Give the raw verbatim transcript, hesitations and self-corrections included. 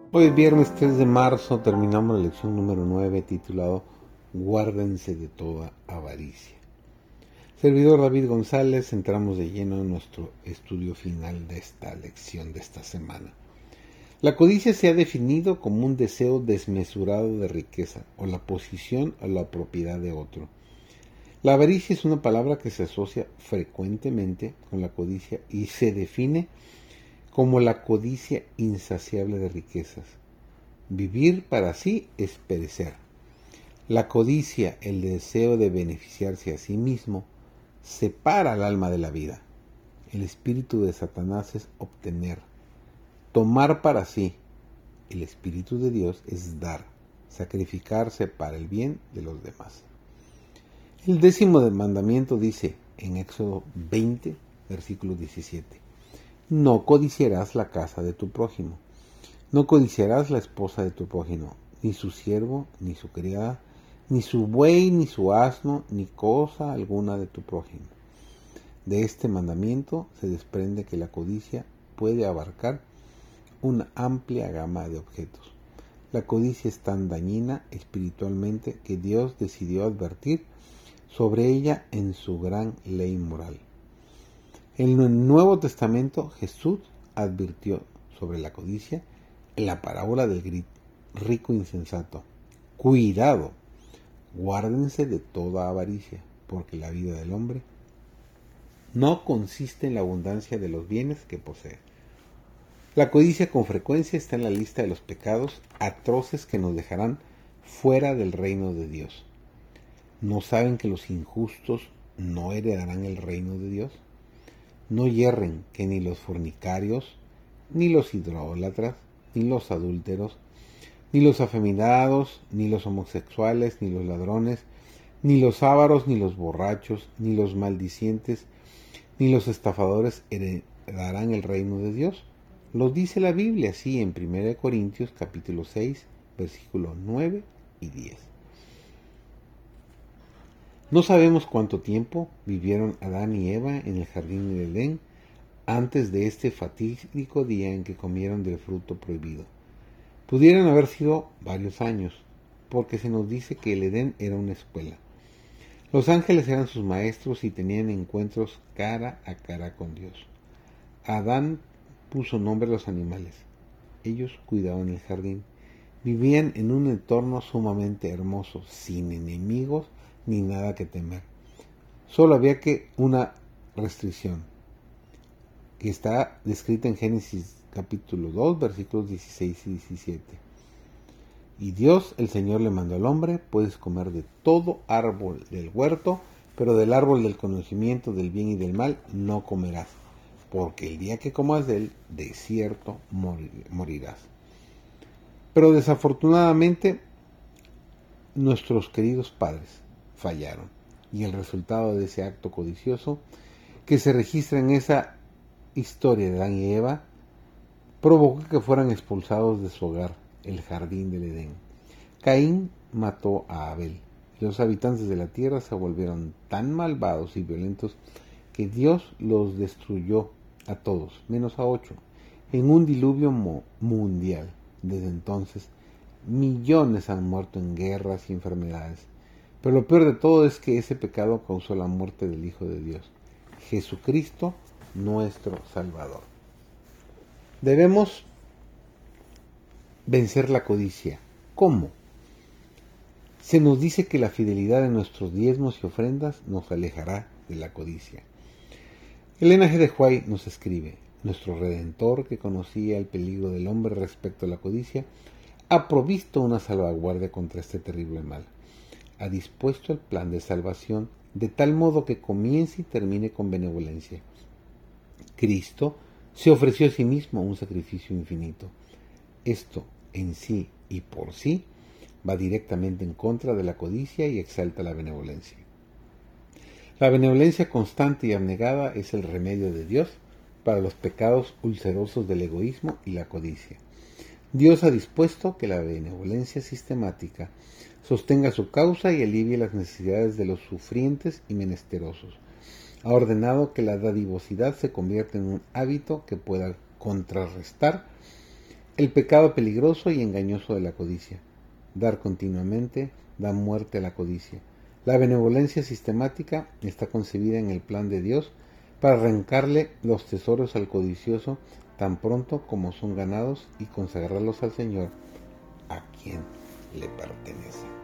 Hoy es viernes tres de marzo, terminamos la lección número nueve titulado Guárdense de toda avaricia. Servidor David González, entramos de lleno en nuestro estudio final de esta lección de esta semana. La codicia se ha definido como un deseo desmesurado de riqueza o la posición o la propiedad de otro. La avaricia es una palabra que se asocia frecuentemente con la codicia y se define como la codicia insaciable de riquezas. Vivir para sí es perecer. La codicia, el deseo de beneficiarse a sí mismo, separa al alma de la vida. El espíritu de Satanás es obtener, tomar para sí. El espíritu de Dios es dar, sacrificarse para el bien de los demás. El décimo mandamiento dice en Éxodo veinte, versículo diecisiete: No codiciarás la casa de tu prójimo. No codiciarás la esposa de tu prójimo, ni su siervo, ni su criada, ni su buey, ni su asno, ni cosa alguna de tu prójimo. De este mandamiento se desprende que la codicia puede abarcar una amplia gama de objetos. La codicia es tan dañina espiritualmente que Dios decidió advertir sobre ella en su gran ley moral. En el Nuevo Testamento Jesús advirtió sobre la codicia en la parábola del rico insensato. Cuidado, guárdense de toda avaricia, porque la vida del hombre no consiste en la abundancia de los bienes que posee. La codicia con frecuencia está en la lista de los pecados atroces que nos dejarán fuera del reino de Dios. ¿No saben que los injustos no heredarán el reino de Dios? No yerren que ni los fornicarios, ni los idólatras, ni los adúlteros, ni los afeminados, ni los homosexuales, ni los ladrones, ni los ávaros, ni los borrachos, ni los maldicientes, ni los estafadores heredarán el reino de Dios. Lo dice la Biblia así en primera de Corintios capítulo seis, versículos nueve y diez. No sabemos cuánto tiempo vivieron Adán y Eva en el jardín del Edén antes de este fatídico día en que comieron del fruto prohibido. Pudieran haber sido varios años, porque se nos dice que el Edén era una escuela. Los ángeles eran sus maestros y tenían encuentros cara a cara con Dios. Adán puso nombre a los animales. Ellos cuidaban el jardín. Vivían en un entorno sumamente hermoso, sin enemigos ni nada que temer. Solo había que una restricción, que está descrita en Génesis capítulo dos, versículos dieciséis y diecisiete. Y Dios, el Señor, le mandó al hombre: puedes comer de todo árbol del huerto, pero del árbol del conocimiento del bien y del mal no comerás, porque el día que comas de él, de cierto morirás. Pero desafortunadamente, nuestros queridos padres fallaron, y el resultado de ese acto codicioso que se registra en esa historia de Adán y Eva provocó que fueran expulsados de su hogar, el jardín del Edén. Caín mató a Abel, y los habitantes de la tierra se volvieron tan malvados y violentos que Dios los destruyó a todos, menos a ocho, en un diluvio mundial. Desde entonces, millones han muerto en guerras y enfermedades. Pero lo peor de todo es que ese pecado causó la muerte del Hijo de Dios, Jesucristo, nuestro Salvador. Debemos vencer la codicia. ¿Cómo? Se nos dice que la fidelidad en nuestros diezmos y ofrendas nos alejará de la codicia. Elena G. de White nos escribe: nuestro Redentor, que conocía el peligro del hombre respecto a la codicia, ha provisto una salvaguardia contra este terrible mal. Ha dispuesto el plan de salvación de tal modo que comience y termine con benevolencia. Cristo se ofreció a sí mismo un sacrificio infinito. Esto en sí y por sí va directamente en contra de la codicia y exalta la benevolencia. La benevolencia constante y abnegada es el remedio de Dios para los pecados ulcerosos del egoísmo y la codicia. Dios ha dispuesto que la benevolencia sistemática sostenga su causa y alivie las necesidades de los sufrientes y menesterosos. Ha ordenado que la dadivosidad se convierta en un hábito que pueda contrarrestar El pecado peligroso y engañoso de la codicia. Dar continuamente da muerte a la codicia. La benevolencia sistemática está concebida en el plan de Dios para arrancarle los tesoros al codicioso tan pronto como son ganados y consagrarlos al Señor, a quien le pertenece.